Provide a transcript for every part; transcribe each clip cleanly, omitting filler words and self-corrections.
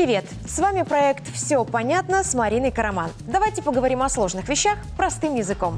Привет! С вами проект «Все понятно» с Мариной Караман. Давайте поговорим о сложных вещах простым языком.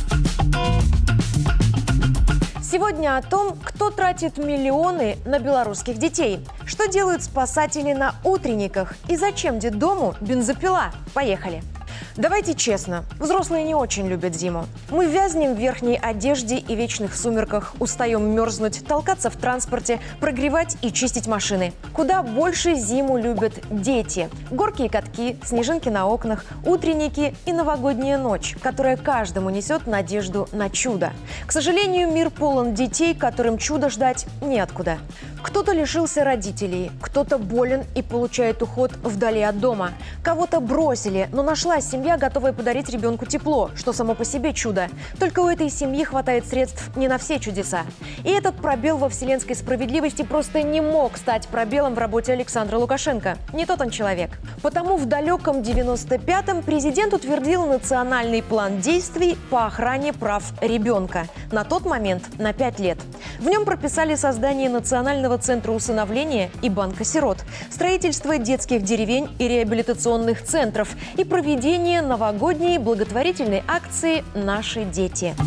Сегодня о том, кто тратит миллионы на белорусских детей, что делают спасатели на утренниках и зачем детдому бензопила. Поехали! Давайте честно, взрослые не очень любят зиму. Мы вязнем в верхней одежде и вечных сумерках, устаем мерзнуть, толкаться в транспорте, прогревать и чистить машины. Куда больше зиму любят дети. Горки и катки, снежинки на окнах, утренники и новогодняя ночь, которая каждому несет надежду на чудо. К сожалению, мир полон детей, которым чудо ждать неоткуда. Кто-то лишился родителей, кто-то болен и получает уход вдали от дома. Кого-то бросили, но нашлась семья, готовая подарить ребенку тепло, что само по себе чудо. Только у этой семьи хватает средств не на все чудеса. И этот пробел во вселенской справедливости просто не мог стать пробелом в работе Александра Лукашенко. Не тот он человек. Потому в далеком 95-м президент утвердил национальный план действий по охране прав ребенка. На тот момент на 5 лет. В нем прописали создание национального центра усыновления и банка сирот, строительство детских деревень и реабилитационных центров и проведение новогодней благотворительной акции «Наши дети».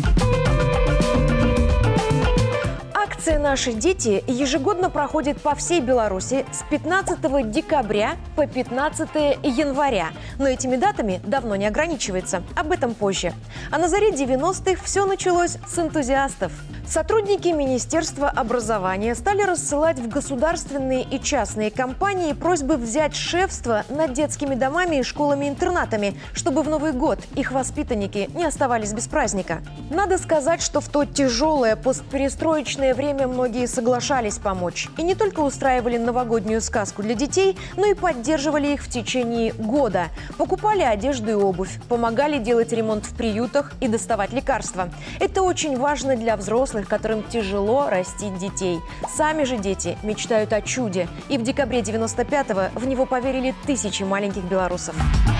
Акция «Наши дети» ежегодно проходит по всей Беларуси с 15 декабря по 15 января. Но этими датами давно не ограничивается. Об этом позже. А на заре 90-х все началось с энтузиастов. Сотрудники Министерства образования стали рассылать в государственные и частные компании просьбы взять шефство над детскими домами и школами-интернатами, чтобы в Новый год их воспитанники не оставались без праздника. Надо сказать, что в то тяжелое постперестроечное время многие соглашались помочь. И не только устраивали новогоднюю сказку для детей, но и поддерживали их в течение года. Покупали одежду и обувь, помогали делать ремонт в приютах и доставать лекарства. Это очень важно для взрослых, которым тяжело растить детей. Сами же дети мечтают о чуде. И в декабре 95-го в него поверили тысячи маленьких белорусов.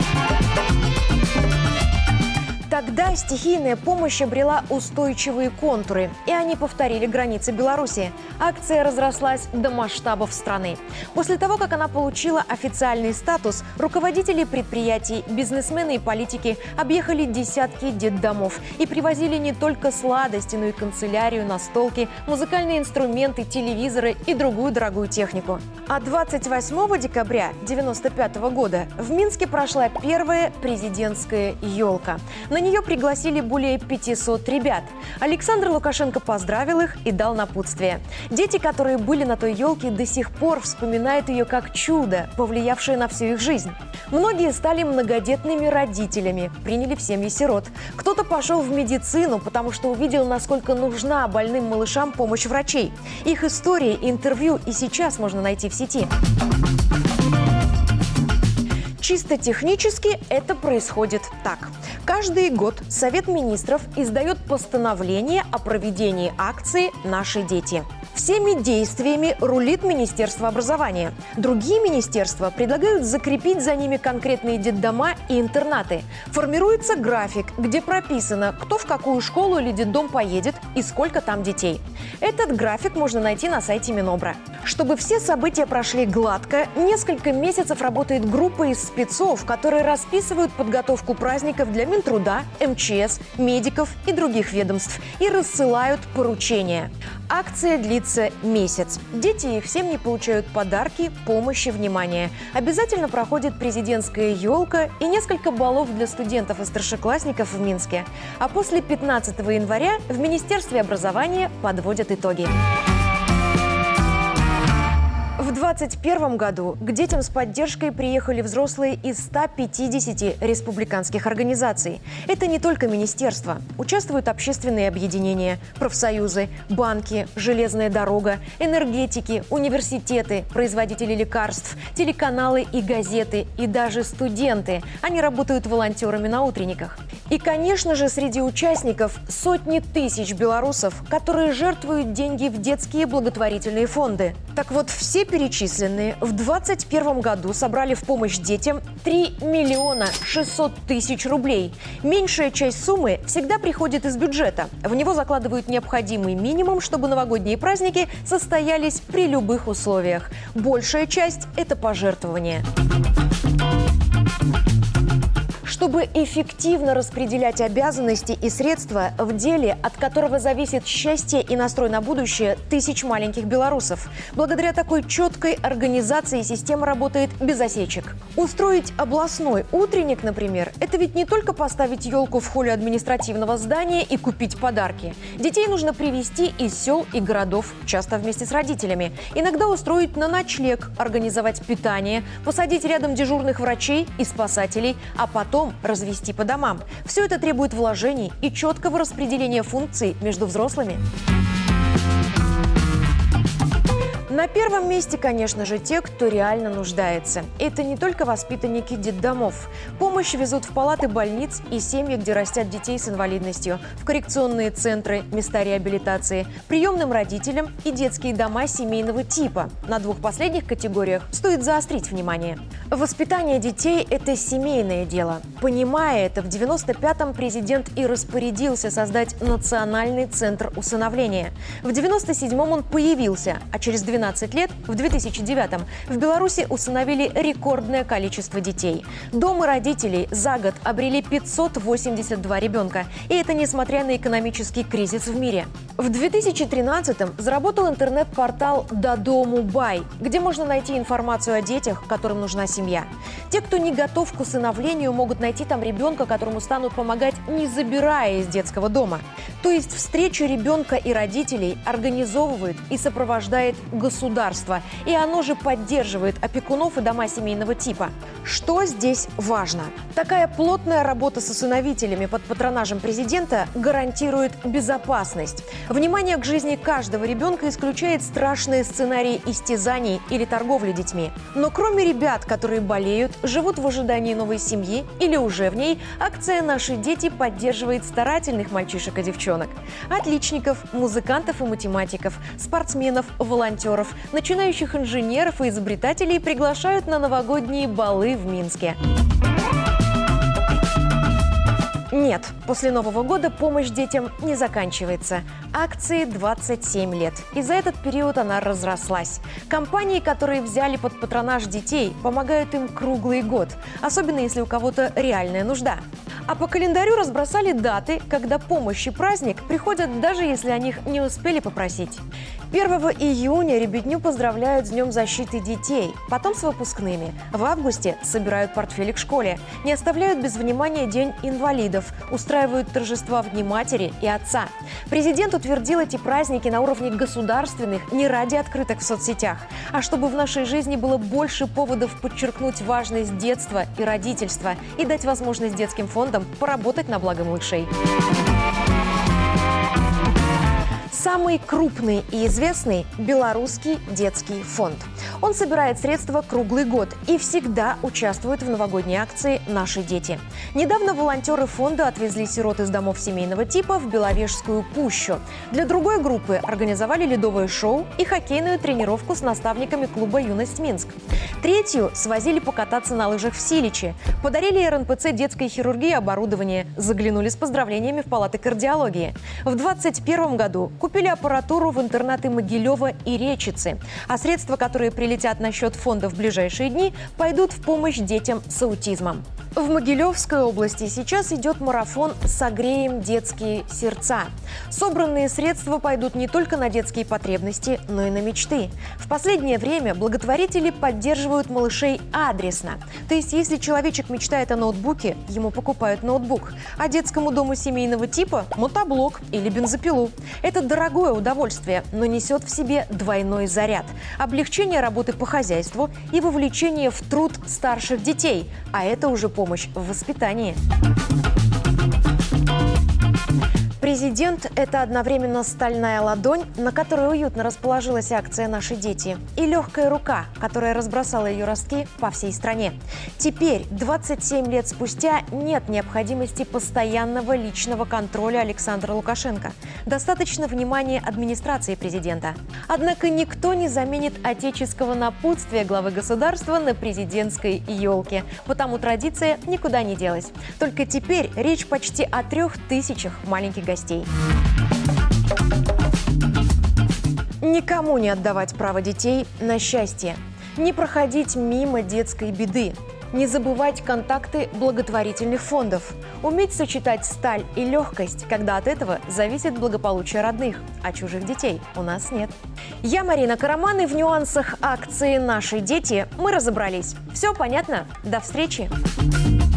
Тогда стихийная помощь обрела устойчивые контуры, и они повторили границы Беларуси. Акция разрослась до масштабов страны. После того, как она получила официальный статус, руководители предприятий, бизнесмены и политики объехали десятки детдомов и привозили не только сладости, но и канцелярию, настолки, музыкальные инструменты, телевизоры и другую дорогую технику. А 28 декабря 1995 года в Минске прошла первая президентская елка. На нее пригласили более 500 ребят. Александр Лукашенко поздравил их и дал напутствие. Дети, которые были на той елке, до сих пор вспоминают ее как чудо, повлиявшее на всю их жизнь. Многие стали многодетными родителями, приняли в семьи сирот. Кто-то пошел в медицину, потому что увидел, насколько нужна больным малышам помощь врачей. Их истории, интервью и сейчас можно найти в сети. Чисто технически это происходит так. Каждый год Совет министров издает постановление о проведении акции «Наши дети». Всеми действиями рулит Министерство образования. Другие министерства предлагают закрепить за ними конкретные детдома и интернаты. Формируется график, где прописано, кто в какую школу или детдом поедет и сколько там детей. Этот график можно найти на сайте Минобра. Чтобы все события прошли гладко, несколько месяцев работает группа из спецов, которые расписывают подготовку праздников для Минтруда, МЧС, медиков и других ведомств и рассылают поручения. Акция длится месяц. Дети и их семьи получают подарки, помощь и внимание. Обязательно проходит президентская елка и несколько баллов для студентов и старшеклассников в Минске. А после 15 января в Министерстве образования подводят итоги. В 2021 году к детям с поддержкой приехали взрослые из 150 республиканских организаций. Это не только министерства. Участвуют общественные объединения, профсоюзы, банки, железная дорога, энергетики, университеты, производители лекарств, телеканалы и газеты, и даже студенты. Они работают волонтерами на утренниках. И, конечно же, среди участников сотни тысяч белорусов, которые жертвуют деньги в детские благотворительные фонды. Так вот, все перечисленные в 2021 году собрали в помощь детям 3 миллиона 600 тысяч рублей. Меньшая часть суммы всегда приходит из бюджета. В него закладывают необходимый минимум, чтобы новогодние праздники состоялись при любых условиях. Большая часть – это пожертвования. Чтобы эффективно распределять обязанности и средства в деле, от которого зависит счастье и настрой на будущее тысяч маленьких белорусов. Благодаря такой четкой организации система работает без осечек. Устроить областной утренник, например, это ведь не только поставить елку в холле административного здания и купить подарки. Детей нужно привезти из сел и городов, часто вместе с родителями. Иногда устроить на ночлег, организовать питание, посадить рядом дежурных врачей и спасателей, а потом развести по домам. Все это требует вложений и четкого распределения функций между взрослыми. На первом месте, конечно же, те, кто реально нуждается. Это не только воспитанники детдомов. Помощь везут в палаты больниц и семьи, где растят детей с инвалидностью, в коррекционные центры, места реабилитации, приемным родителям и детские дома семейного типа. На двух последних категориях стоит заострить внимание. Воспитание детей – это семейное дело. Понимая это, в 95-м президент и распорядился создать Национальный центр усыновления. В 97-м он появился, а через 12 лет, в 2009-м, в Беларуси усыновили рекордное количество детей. Дома родителей за год обрели 582 ребенка. И это несмотря на экономический кризис в мире. В 2013-м заработал интернет-портал «Додому Бай», где можно найти информацию о детях, которым нужна семья. Те, кто не готов к усыновлению, могут найти там ребенка, которому станут помогать, не забирая из детского дома. То есть встречу ребенка и родителей организовывает и сопровождает государство. И оно же поддерживает опекунов и дома семейного типа. Что здесь важно? Такая плотная работа с усыновителями под патронажем президента гарантирует безопасность. Внимание к жизни каждого ребенка исключает страшные сценарии истязаний или торговли детьми. Но кроме ребят, которые болеют, живут в ожидании новой семьи или уже в ней, акция «Наши дети» поддерживает старательных мальчишек и девчонок. Отличников, музыкантов и математиков, спортсменов, волонтеров, начинающих инженеров и изобретателей приглашают на новогодние балы в Минске. Нет, после Нового года помощь детям не заканчивается. Акции 27 лет. И за этот период она разрослась. Компании, которые взяли под патронаж детей, помогают им круглый год. Особенно, если у кого-то реальная нужда. А по календарю разбросали даты, когда помощь и праздник приходят, даже если о них не успели попросить. 1 июня ребятню поздравляют с Днем защиты детей, потом с выпускными. В августе собирают портфели к школе, не оставляют без внимания День инвалидов, устраивают торжества в Дни матери и отца. Президент утвердил эти праздники на уровне государственных не ради открыток в соцсетях, а чтобы в нашей жизни было больше поводов подчеркнуть важность детства и родительства и дать возможность детским фондам поработать на благо малышей. Самый крупный и известный – Белорусский детский фонд. Он собирает средства круглый год и всегда участвует в новогодней акции «Наши дети». Недавно волонтеры фонда отвезли сирот из домов семейного типа в Беловежскую пущу. Для другой группы организовали ледовое шоу и хоккейную тренировку с наставниками клуба «Юность Минск». Третью свозили покататься на лыжах в Силичи. Подарили РНПЦ детской хирургии оборудование. Заглянули с поздравлениями в палаты кардиологии. В 2021 году купили аппаратуру в интернаты Могилева и Речицы. А средства, которые прилетят на счет фонда в ближайшие дни, пойдут в помощь детям с аутизмом. В Могилевской области сейчас идет марафон «Согреем детские сердца». Собранные средства пойдут не только на детские потребности, но и на мечты. В последнее время благотворители поддерживают малышей адресно. То есть, если человечек мечтает о ноутбуке, ему покупают ноутбук. А детскому дому семейного типа – мотоблок или бензопилу. Это дорогое удовольствие, но несет в себе двойной заряд. Облегчение работы по хозяйству и вовлечение в труд старших детей. А это уже помощь в воспитании. Президент – это одновременно стальная ладонь, на которой уютно расположилась акция «Наши дети», и легкая рука, которая разбросала ее ростки по всей стране. Теперь, 27 лет спустя, нет необходимости постоянного личного контроля Александра Лукашенко. Достаточно внимания администрации президента. Однако никто не заменит отеческого напутствия главы государства на президентской елке. Потому традиция никуда не делась. Только теперь речь почти о 3000 маленьких гостей. Никому не отдавать право детей на счастье. Не проходить мимо детской беды. Не забывать контакты благотворительных фондов. Уметь сочетать сталь и легкость, когда от этого зависит благополучие родных, а чужих детей у нас нет. Я Марина Караман, и в нюансах акции «Наши дети» мы разобрались. Все понятно? До встречи!